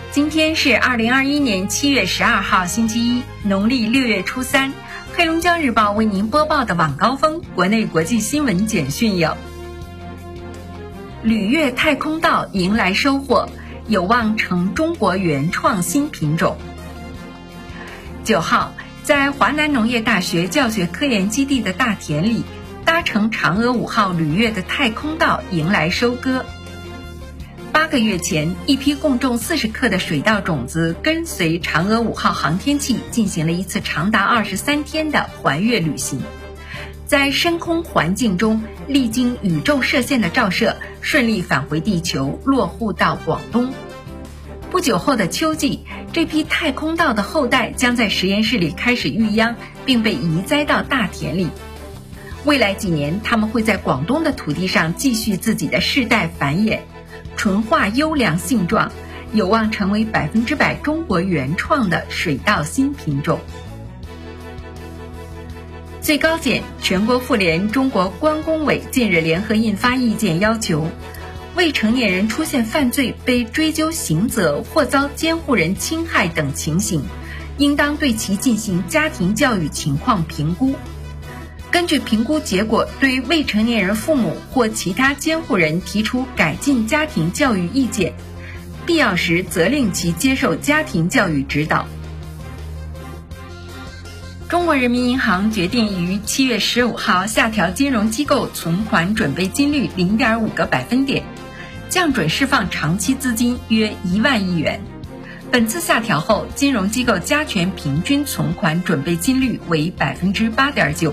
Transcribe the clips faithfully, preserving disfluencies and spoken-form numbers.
今天是二零二一年七月十二号星期一，农历六月初三。黑龙江日报为您播报的晚高峰国内国际新闻简讯有：旅越太空稻迎来收获，有望成中国原创新品种。九号，在华南农业大学教学科研基地的大田里，搭乘嫦娥五号旅越的太空稻迎来收割。八个月前，一批共重四十克的水稻种子跟随嫦娥五号航天器进行了一次长达二十三天的环月旅行，在深空环境中历经宇宙射线的照射，顺利返回地球，落户到广东。不久后的秋季，这批太空稻的后代将在实验室里开始育秧，并被移栽到大田里。未来几年，他们会在广东的土地上继续自己的世代繁衍，纯化优良性状，有望成为百分之百中国原创的水稻新品种。最高检、全国妇联、中国关工委近日联合印发意见，要求未成年人出现犯罪被追究刑责或遭监护人侵害等情形，应当对其进行家庭教育情况评估。根据评估结果，对未成年人父母或其他监护人提出改进家庭教育意见，必要时责令其接受家庭教育指导。中国人民银行决定于七月十五号下调金融机构存款准备金率 零点五 个百分点，降准释放长期资金约一万亿元。本次下调后，金融机构加权平均存款准备金率为 百分之八点九。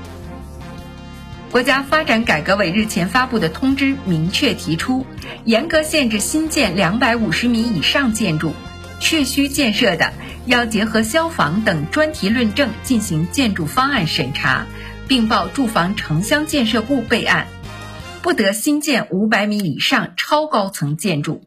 国家发展改革委日前发布的通知明确提出，严格限制新建两百五十米以上建筑，确需建设的要结合消防等专题论证进行建筑方案审查，并报住房城乡建设部备案，不得新建五百米以上超高层建筑。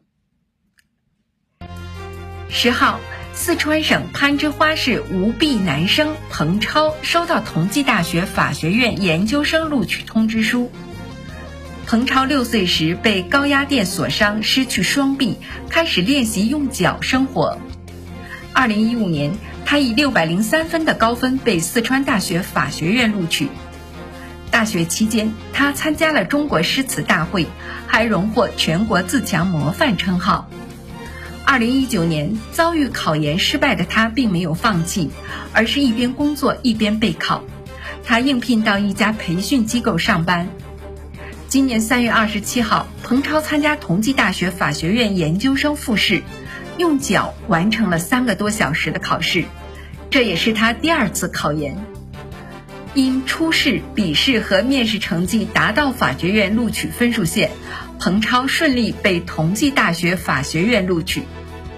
十号，四川省攀枝花市吴壁男生彭超收到同济大学法学院研究生录取通知书。彭超六岁时被高压电所伤，失去双臂，开始练习用脚生活。二零一五年，他以六百零三分的高分被四川大学法学院录取。大学期间，他参加了中国诗词大会，还荣获全国自强模范称号。二零一九年，遭遇考研失败的他并没有放弃，而是一边工作一边备考。他应聘到一家培训机构上班。今年三月二十七号，彭超参加同济大学法学院研究生复试，用脚完成了三个多小时的考试，这也是他第二次考研。因初试、笔试和面试成绩达到法学院录取分数线，彭超顺利被同济大学法学院录取。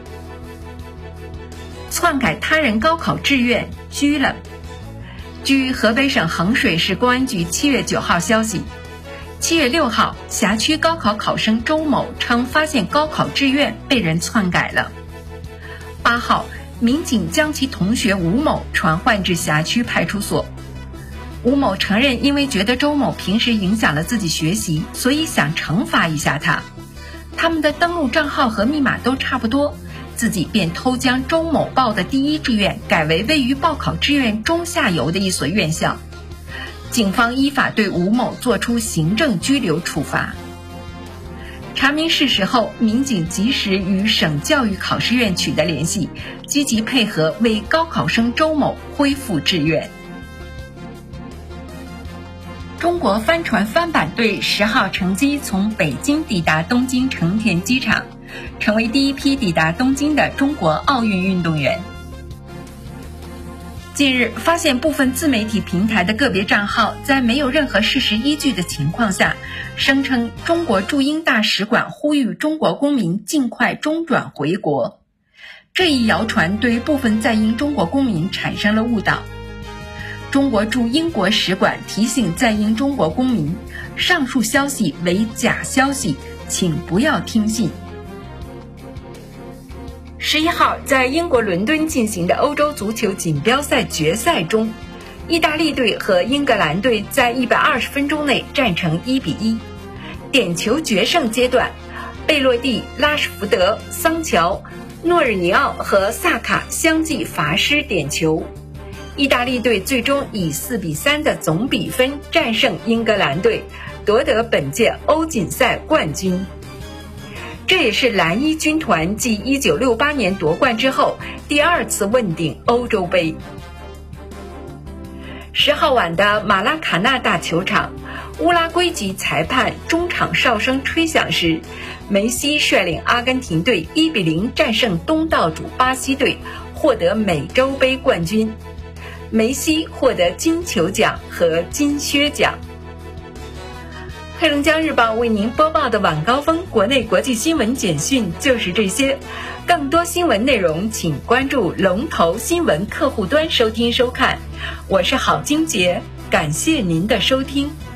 篡改他人高考志愿拘了。据河北省衡水市公安局七月九号消息，七月六号，辖区高考考生周某称发现高考志愿被人篡改了。八号，民警将其同学吴某传唤至辖区派出所。吴某承认，因为觉得周某平时影响了自己学习，所以想惩罚一下他。他们的登录账号和密码都差不多，自己便偷将周某报的第一志愿改为位于报考志愿中下游的一所院校。警方依法对吴某作出行政拘留处罚。查明事实后，民警及时与省教育考试院取得联系，积极配合为高考生周某恢复志愿。中国帆船帆板队十号乘机从北京抵达东京成田机场，成为第一批抵达东京的中国奥运运动员。近日，发现部分自媒体平台的个别账号在没有任何事实依据的情况下，声称中国驻英大使馆呼吁中国公民尽快中转回国。这一谣传对部分在英中国公民产生了误导。中国驻英国使馆提醒在英中国公民，上述消息为假消息，请不要听信。十一号，在英国伦敦进行的欧洲足球锦标赛决赛中，意大利队和英格兰队在一百二十分钟内战成一比一。点球决胜阶段，贝洛蒂、拉什福德、桑乔、 诺日尼奥和萨卡相继罚失点球，意大利队最终以四比三的总比分战胜英格兰队，夺得本届欧锦赛冠军。这也是蓝衣军团继一九六八年夺冠之后第二次问鼎欧洲杯。十号晚的马拉卡纳大球场，乌拉圭籍裁判中场哨声吹响时，梅西率领阿根廷队一比零战胜东道主巴西队，获得美洲杯冠军。梅西获得金球奖和金靴奖。黑龙江日报为您播报的晚高峰国内国际新闻简讯就是这些，更多新闻内容请关注龙头新闻客户端收听收看。我是郝金杰，感谢您的收听。